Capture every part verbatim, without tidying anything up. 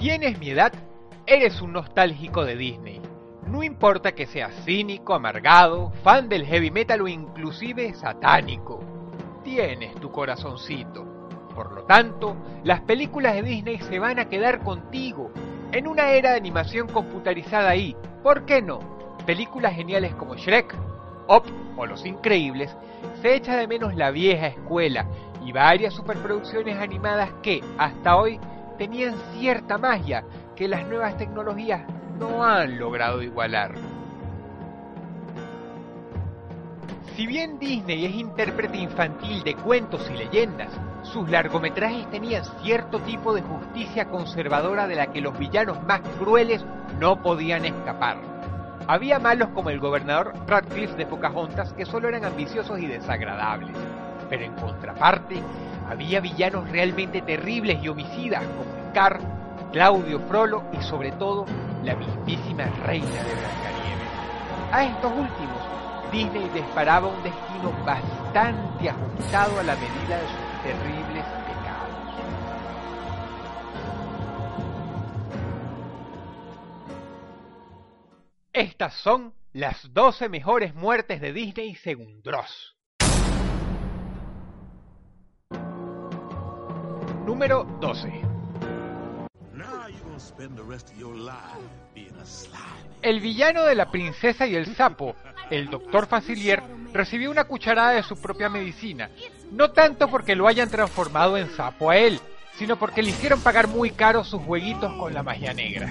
¿Tienes mi edad? Eres un nostálgico de Disney. No importa que seas cínico, amargado, fan del heavy metal o inclusive satánico. Tienes tu corazoncito. Por lo tanto, las películas de Disney se van a quedar contigo. En una era de animación computarizada y, ¿por qué no? Películas geniales como Shrek, Up o Los Increíbles, se echa de menos la vieja escuela y varias superproducciones animadas que, hasta hoy, tenían cierta magia que las nuevas tecnologías no han logrado igualar. Si bien Disney es intérprete infantil de cuentos y leyendas, sus largometrajes tenían cierto tipo de justicia conservadora de la que los villanos más crueles no podían escapar. Había malos como el gobernador Radcliffe de Pocahontas que solo eran ambiciosos y desagradables, pero en contraparte había villanos realmente terribles y homicidas como Scar, Claudio Frollo y sobre todo la mismísima reina de Blancanieves. A estos últimos, Disney les paraba un destino bastante ajustado a la medida de sus terribles pecados. Estas son las doce mejores muertes de Disney según Dross. Número doce. El villano de La princesa y el sapo, el doctor Facilier, recibió una cucharada de su propia medicina, no tanto porque lo hayan transformado en sapo a él, sino porque le hicieron pagar muy caro sus jueguitos con la magia negra.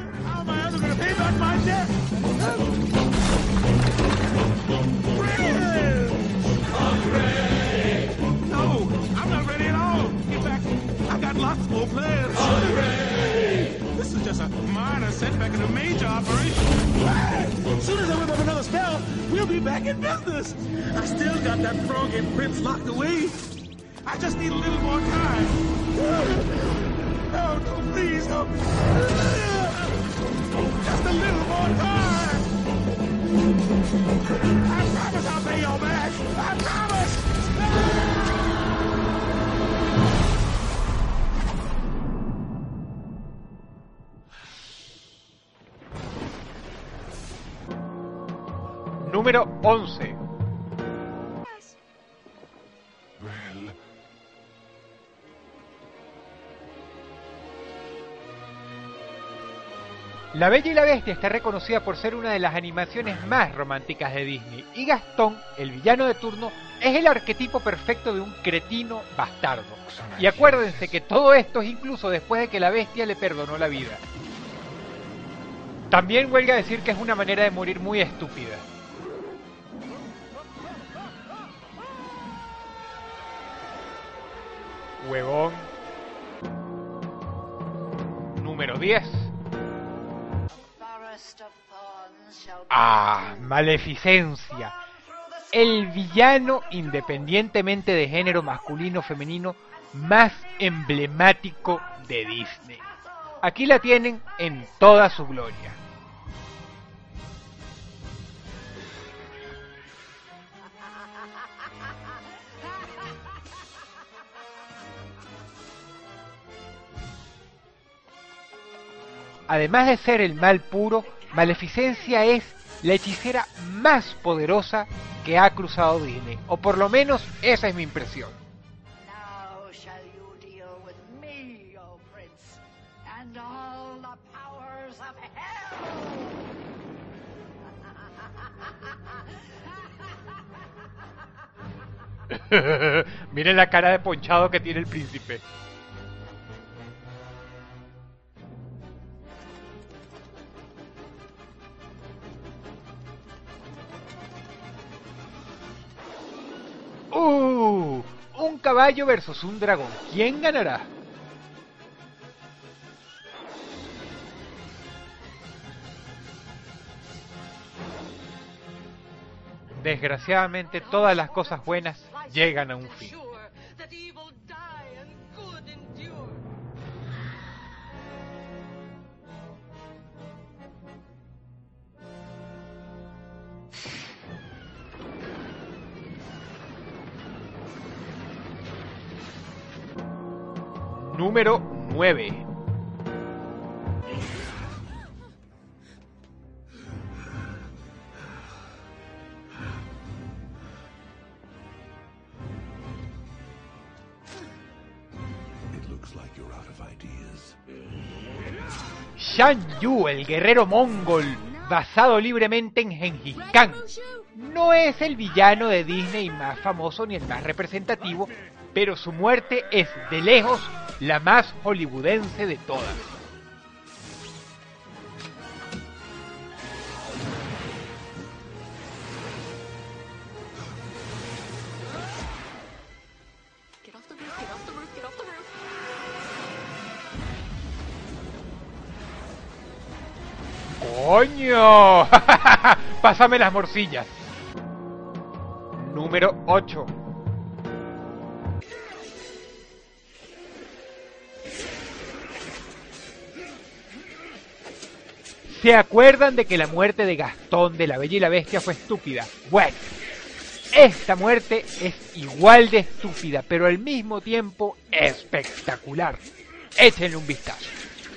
Lots more plans. Hooray! This is just a minor setback in a major operation. As soon as I whip up another spell, we'll be back in business. I still got that frog and prince locked away. I just need a little more time. No, no, please, no. Just a little more time. I promise I'll pay y'all back. I promise. Número once. La Bella y la Bestia está reconocida por ser una de las animaciones más románticas de Disney, y Gastón, el villano de turno, es el arquetipo perfecto de un cretino bastardo. Y acuérdense que todo esto es incluso después de que la bestia le perdonó la vida. También huelga decir que es una manera de morir muy estúpida. Huevón. Número diez. Ah, Maleficencia. El villano, independientemente de género masculino o femenino, más emblemático de Disney. Aquí la tienen en toda su gloria. Además de ser el mal puro, Maleficencia es la hechicera más poderosa que ha cruzado Disney, o por lo menos esa es mi impresión. Miren la cara de ponchado que tiene el príncipe. ¡Uh! Un caballo versus un dragón. ¿Quién ganará? Desgraciadamente, todas las cosas buenas llegan a un fin. Número nueve. Shan Yu, el guerrero mongol, basado libremente en Gengis Khan, no es el villano de Disney más famoso ni el más representativo, pero su muerte es, de lejos, la más hollywoodense de todas. ¡Coño! Pásame las morcillas. Número ocho. ¿Se acuerdan de que la muerte de Gastón de La Bella y la Bestia fue estúpida? Bueno, esta muerte es igual de estúpida, pero al mismo tiempo espectacular. Échenle un vistazo.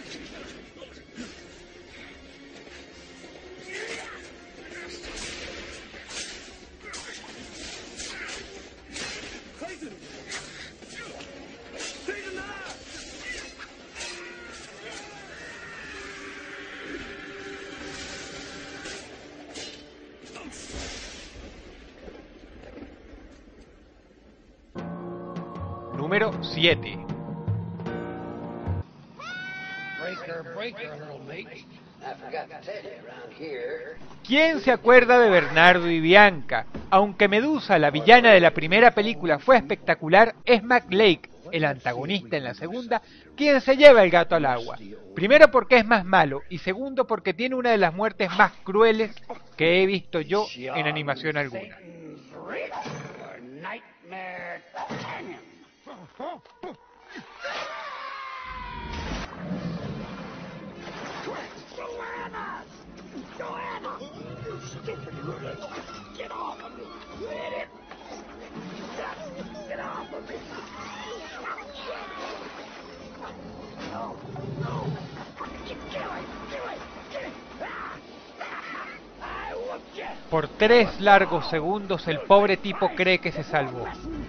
Número siete. ¿Quién se acuerda de Bernardo y Bianca? Aunque Medusa, la villana de la primera película, fue espectacular, es McLake, el antagonista en la segunda, quien se lleva el gato al agua. Primero porque es más malo y segundo porque tiene una de las muertes más crueles que he visto yo en animación alguna. Por tres largos segundos el pobre tipo cree que se salvó.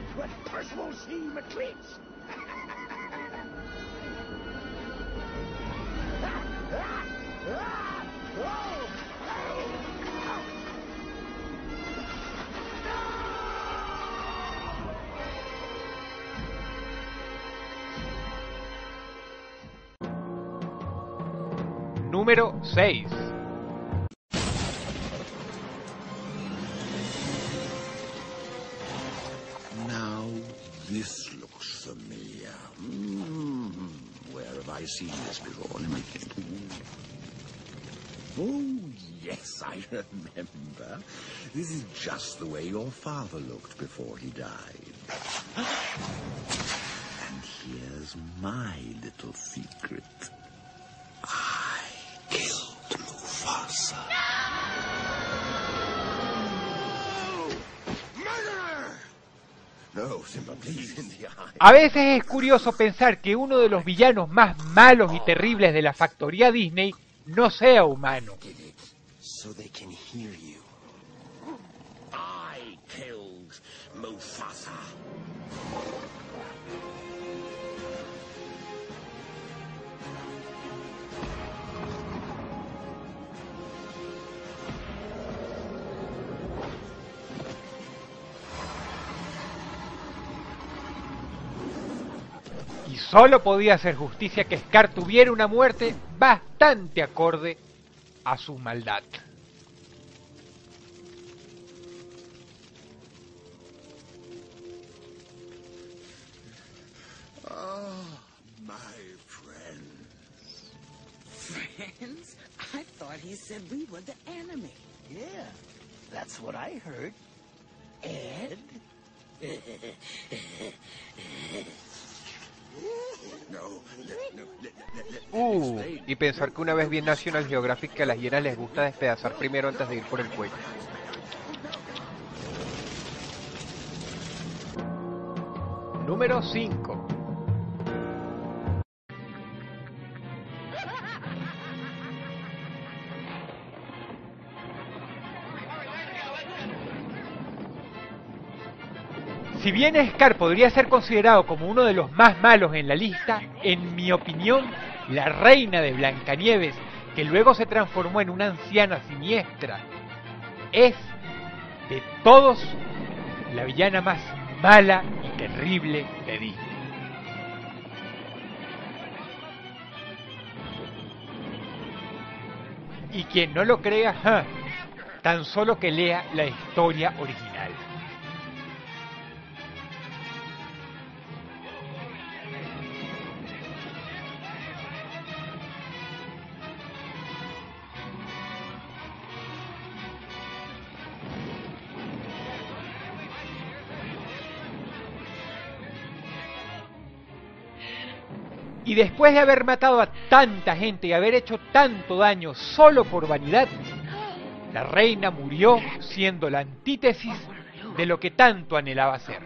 Número seis. Now this looks familiar. Mm, where have I seen this before? Let me think. Oh, yes, I remember. This is just the way your father looked before he died. And here's my little secret. I killed Mufasa. No, Simba, please, in the eye. A veces es curioso pensar que uno de los villanos más malos y terribles de la factoría Disney no sea humano. So they can hear you. I killed Mufasa. Y solo podía hacer justicia que Scar tuviera una muerte bastante acorde a su maldad. Oh, my friends. Friends? I thought he said we were the enemy. Yeah, that's what I heard. Ed? Uh, y pensar que una vez vi en National Geographic que a las hienas les gusta despedazar primero antes de ir por el cuello. Número cinco. Si bien Scar podría ser considerado como uno de los más malos en la lista, en mi opinión, la reina de Blancanieves, que luego se transformó en una anciana siniestra, es, de todos, la villana más mala y terrible de Disney. Y quien no lo crea, ¡ja!, tan solo que lea la historia original. Y después de haber matado a tanta gente y haber hecho tanto daño solo por vanidad, la reina murió siendo la antítesis de lo que tanto anhelaba ser.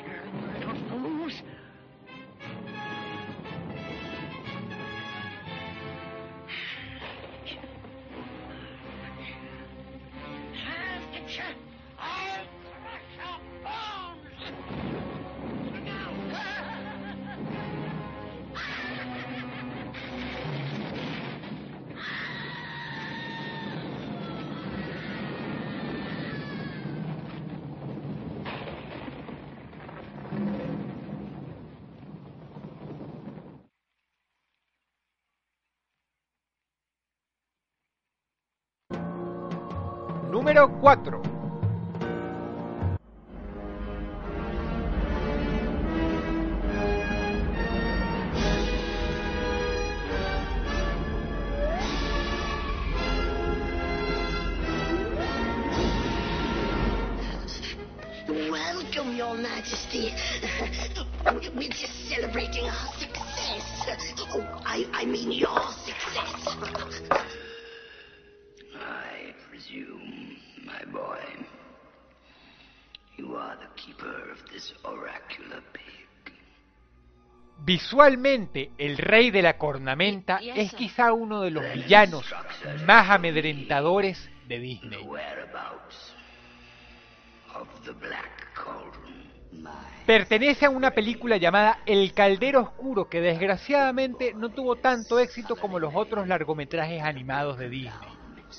Número cuatro. Welcome, Your Majesty. We're just celebrating our success. Oh, I, I mean your success. I presume, my boy, you are the keeper of this oracular pig. Visualmente, el Rey de la Cornamenta es quizá uno de los villanos más amedrentadores de Disney. Pertenece a una película llamada El Caldero Oscuro, que desgraciadamente no tuvo tanto éxito como los otros largometrajes animados de Disney.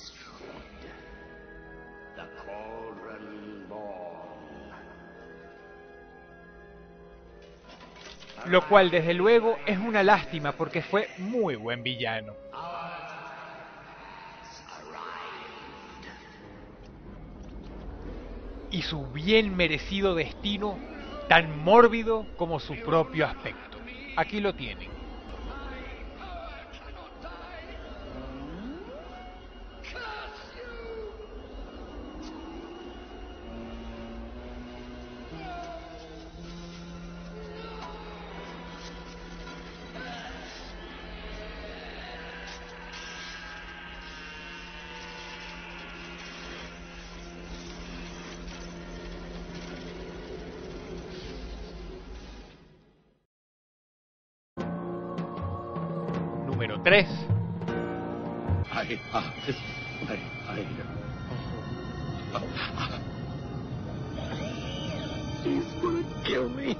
Lo cual desde luego es una lástima porque fue muy buen villano. Y su bien merecido destino, tan mórbido como su propio aspecto. Aquí lo tienen. Número tres. I, uh, I, I, uh, he's gonna kill me.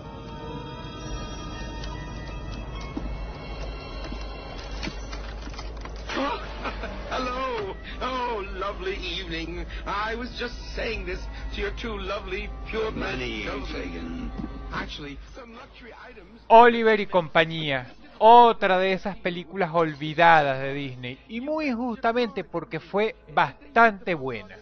Hello. Oh, lovely evening. I was just saying this to your two lovely, pure Money, Fagin. Actually, some luxury items. Oliver y compañía. Otra de esas películas olvidadas de Disney, y muy injustamente porque fue bastante buena.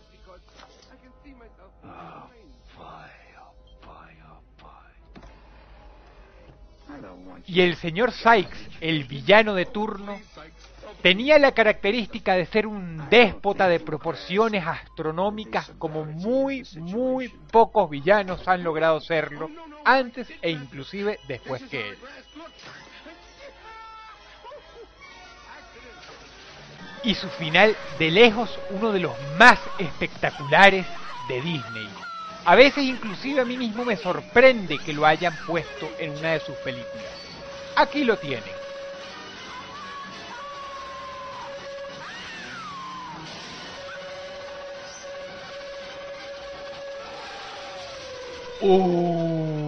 Y el señor Sykes, el villano de turno, tenía la característica de ser un déspota de proporciones astronómicas como muy, muy pocos villanos han logrado serlo antes e inclusive después que él. Y su final, de lejos, uno de los más espectaculares de Disney. A veces inclusive a mí mismo me sorprende que lo hayan puesto en una de sus películas. Aquí lo tienen. Uh.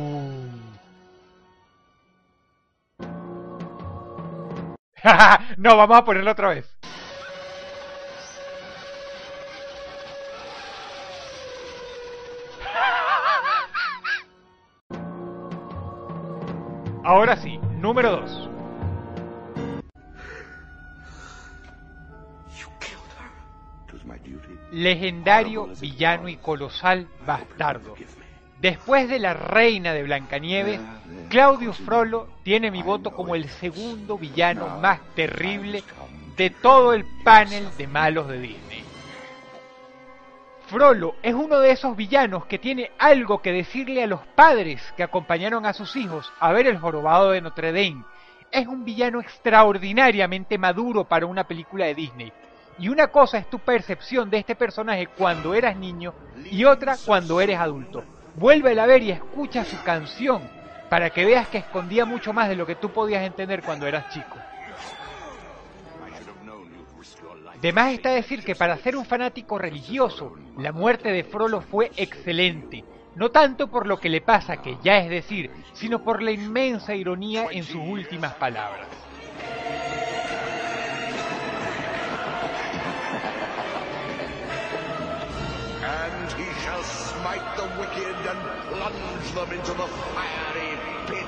No, vamos a ponerlo otra vez. Ahora sí, número dos. Legendario, villano y colosal bastardo. Después de la reina de Blancanieves, Claudius Frollo tiene mi voto como el segundo villano más terrible de todo el panel de malos de Disney. Frollo es uno de esos villanos que tiene algo que decirle a los padres que acompañaron a sus hijos a ver El Jorobado de Notre Dame. Es un villano extraordinariamente maduro para una película de Disney. Y una cosa es tu percepción de este personaje cuando eras niño y otra cuando eres adulto. Vuélvela a ver y escucha su canción para que veas que escondía mucho más de lo que tú podías entender cuando eras chico. De más está decir que para ser un fanático religioso, la muerte de Frollo fue excelente. No tanto por lo que le pasa, que ya es decir, sino por la inmensa ironía en sus últimas palabras. And he shall smite the wicked and plunge them into the fiery pit.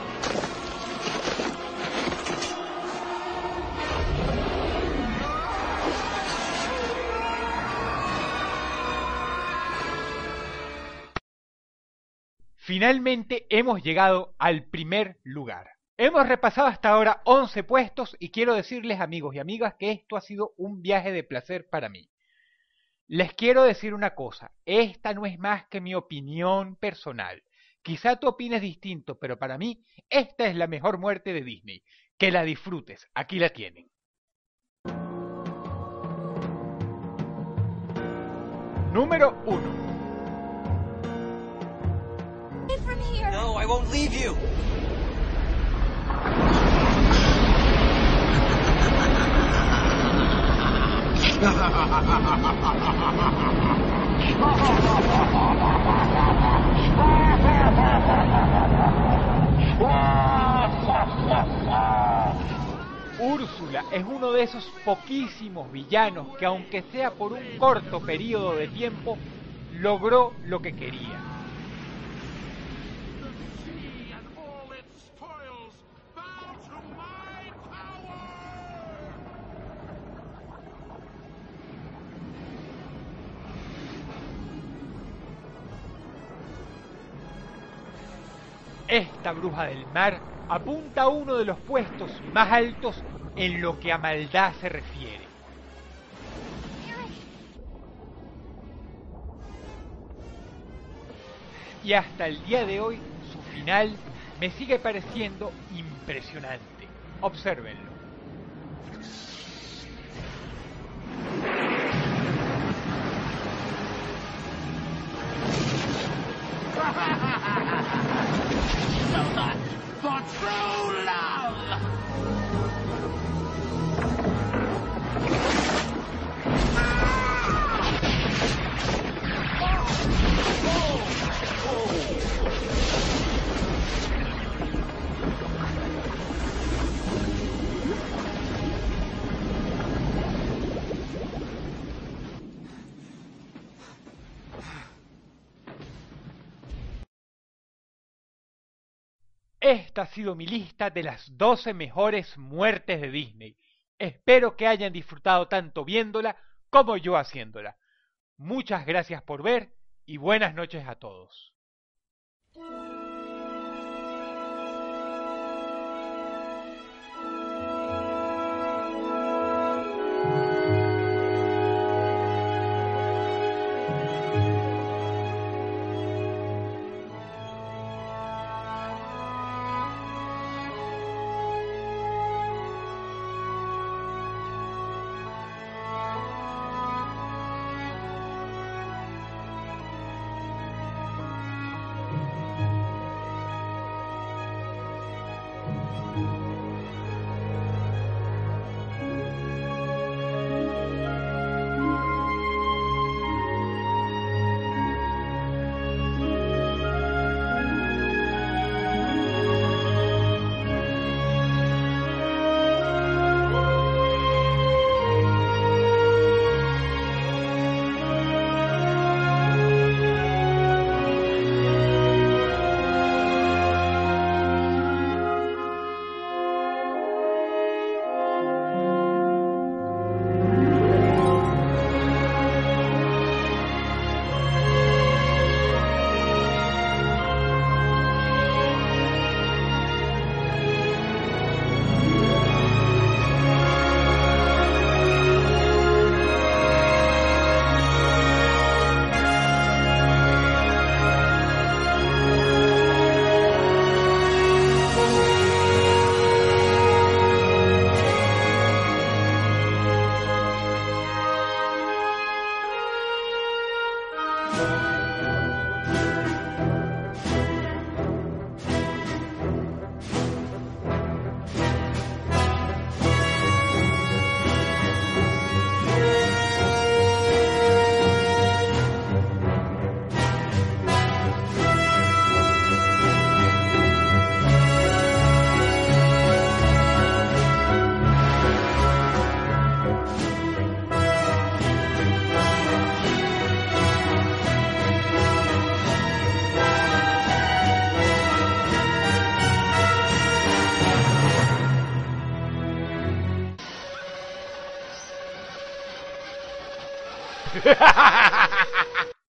Finalmente hemos llegado al primer lugar. Hemos repasado hasta ahora once puestos y quiero decirles, amigos y amigas, que esto ha sido un viaje de placer para mí. Les quiero decir una cosa, esta no es más que mi opinión personal. Quizá tú opines distinto, pero para mí esta es la mejor muerte de Disney. Que la disfrutes, aquí la tienen. Número uno. No, I won't leave you. Úrsula es uno de esos poquísimos villanos que, aunque sea por un corto periodo de tiempo, logró lo que quería. Esta bruja del mar apunta a uno de los puestos más altos en lo que a maldad se refiere. Y hasta el día de hoy, su final me sigue pareciendo impresionante. Obsérvenlo. For true love! Esta ha sido mi lista de las doce mejores muertes de Disney. Espero que hayan disfrutado tanto viéndola como yo haciéndola. Muchas gracias por ver y buenas noches a todos. Ha ha ha ha ha!